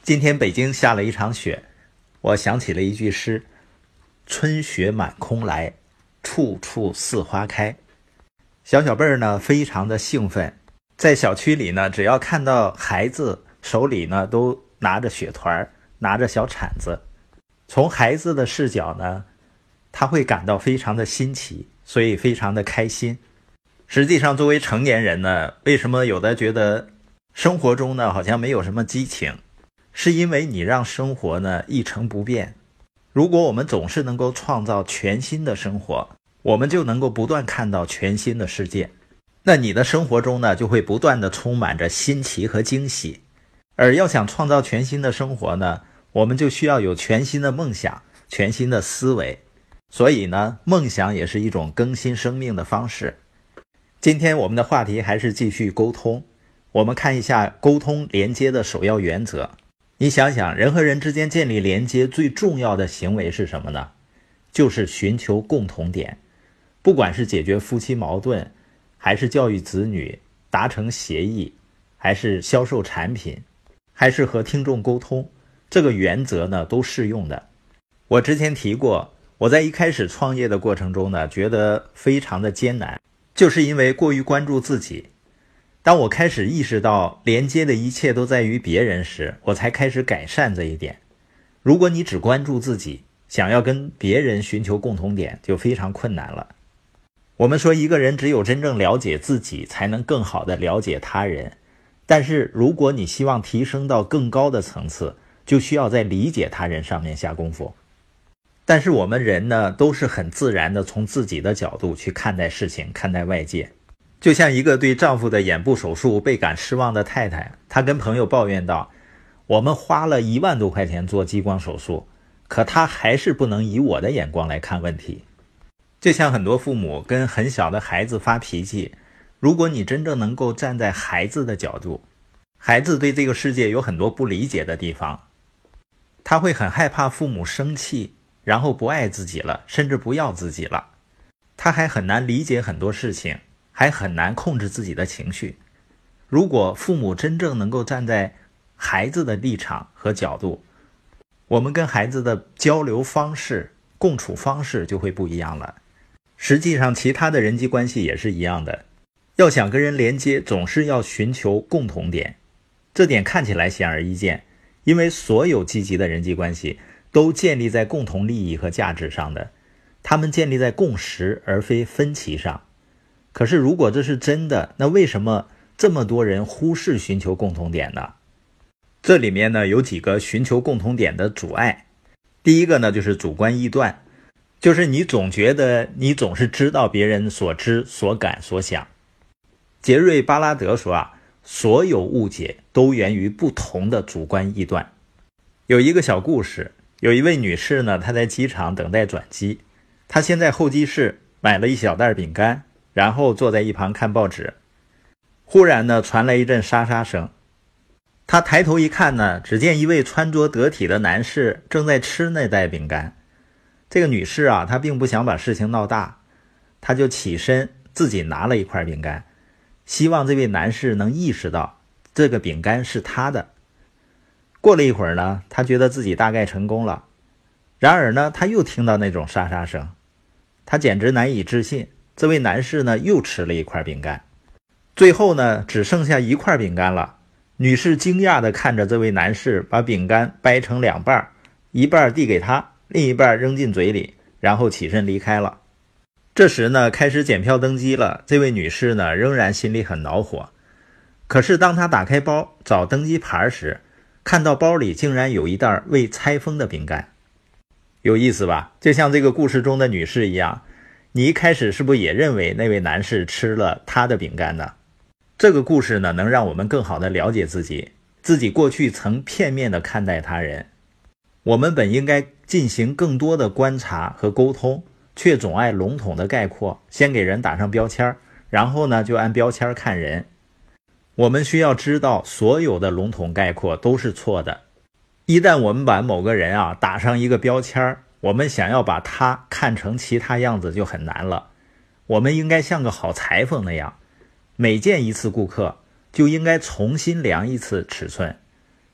今天北京下了一场雪，我想起了一句诗：春雪满空来，处处似花开。小辈儿呢非常的兴奋，在小区里呢，只要看到孩子手里呢都拿着雪团，拿着小铲子，从孩子的视角呢，他会感到非常的新奇，所以非常的开心。实际上作为成年人呢，为什么有的觉得生活中呢好像没有什么激情，是因为你让生活呢一成不变。如果我们总是能够创造全新的生活，我们就能够不断看到全新的世界，那你的生活中呢就会不断的充满着新奇和惊喜。而要想创造全新的生活呢，我们就需要有全新的梦想，全新的思维。所以呢，梦想也是一种更新生命的方式。今天我们的话题还是继续沟通，我们看一下沟通连接的首要原则。你想想，人和人之间建立连接最重要的行为是什么呢？就是寻求共同点。不管是解决夫妻矛盾，还是教育子女，达成协议，还是销售产品，还是和听众沟通，这个原则呢都适用的。我之前提过，我在一开始创业的过程中呢，觉得非常的艰难，就是因为过于关注自己。当我开始意识到连接的一切都在于别人时，我才开始改善这一点。如果你只关注自己，想要跟别人寻求共同点，就非常困难了。我们说一个人只有真正了解自己，才能更好的了解他人。但是如果你希望提升到更高的层次，就需要在理解他人上面下功夫。但是我们人呢，都是很自然的从自己的角度去看待事情，看待外界。就像一个对丈夫的眼部手术倍感失望的太太，她跟朋友抱怨道，我们花了1万多块钱做激光手术，可她还是不能以我的眼光来看问题。就像很多父母跟很小的孩子发脾气，如果你真正能够站在孩子的角度，孩子对这个世界有很多不理解的地方，他会很害怕父母生气，然后不爱自己了，甚至不要自己了。他还很难理解很多事情，还很难控制自己的情绪。如果父母真正能够站在孩子的立场和角度，我们跟孩子的交流方式、共处方式就会不一样了。实际上其他的人际关系也是一样的，要想跟人连接，总是要寻求共同点。这点看起来显而易见，因为所有积极的人际关系都建立在共同利益和价值上的，他们建立在共识而非分歧上。可是如果这是真的，那为什么这么多人忽视寻求共同点呢？这里面呢有几个寻求共同点的阻碍。第一个呢就是主观臆断，就是你总觉得你总是知道别人所知所感所想。杰瑞·巴拉德说所有误解都源于不同的主观臆断。有一个小故事，有一位女士呢，她在机场等待转机，她先在候机室买了一小袋饼干，然后坐在一旁看报纸。忽然呢传来一阵沙沙声，她抬头一看呢，只见一位穿着得体的男士正在吃那袋饼干。这个女士她并不想把事情闹大，她就起身自己拿了一块饼干，希望这位男士能意识到这个饼干是他的。过了一会儿呢，她觉得自己大概成功了。然而呢，她又听到那种沙沙声，她简直难以置信。这位男士呢又吃了一块饼干，最后呢只剩下一块饼干了。女士惊讶地看着这位男士把饼干掰成2半，一半递给他，另一半扔进嘴里，然后起身离开了。这时呢开始检票登机了，这位女士呢仍然心里很恼火。可是当她打开包找登机牌时，看到包里竟然有一袋未拆封的饼干。有意思吧？就像这个故事中的女士一样，你一开始是不是也认为那位男士吃了他的饼干呢？这个故事呢，能让我们更好地了解自己，自己过去曾片面地看待他人。我们本应该进行更多的观察和沟通，却总爱笼统的概括，先给人打上标签，然后呢就按标签看人。我们需要知道，所有的笼统概括都是错的。一旦我们把某个人打上一个标签，我们想要把他看成其他样子就很难了。我们应该像个好裁缝那样，每见一次顾客就应该重新量一次尺寸，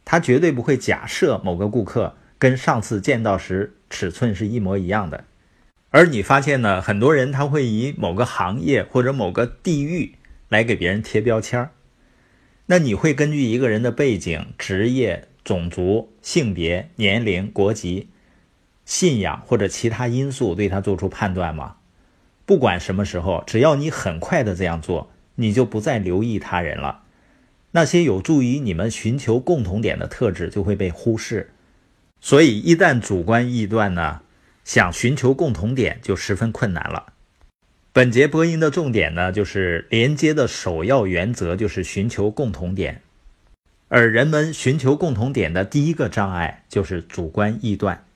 他绝对不会假设某个顾客跟上次见到时尺寸是一模一样的。而你发现呢，很多人他会以某个行业或者某个地域来给别人贴标签。那你会根据一个人的背景、职业、种族、性别、年龄、国籍、信仰或者其他因素对他做出判断吗？不管什么时候，只要你很快的这样做，你就不再留意他人了。那些有助于你们寻求共同点的特质就会被忽视。所以一旦主观臆断呢，想寻求共同点就十分困难了。本节播音的重点呢，就是连接的首要原则就是寻求共同点，而人们寻求共同点的第一个障碍就是主观臆断。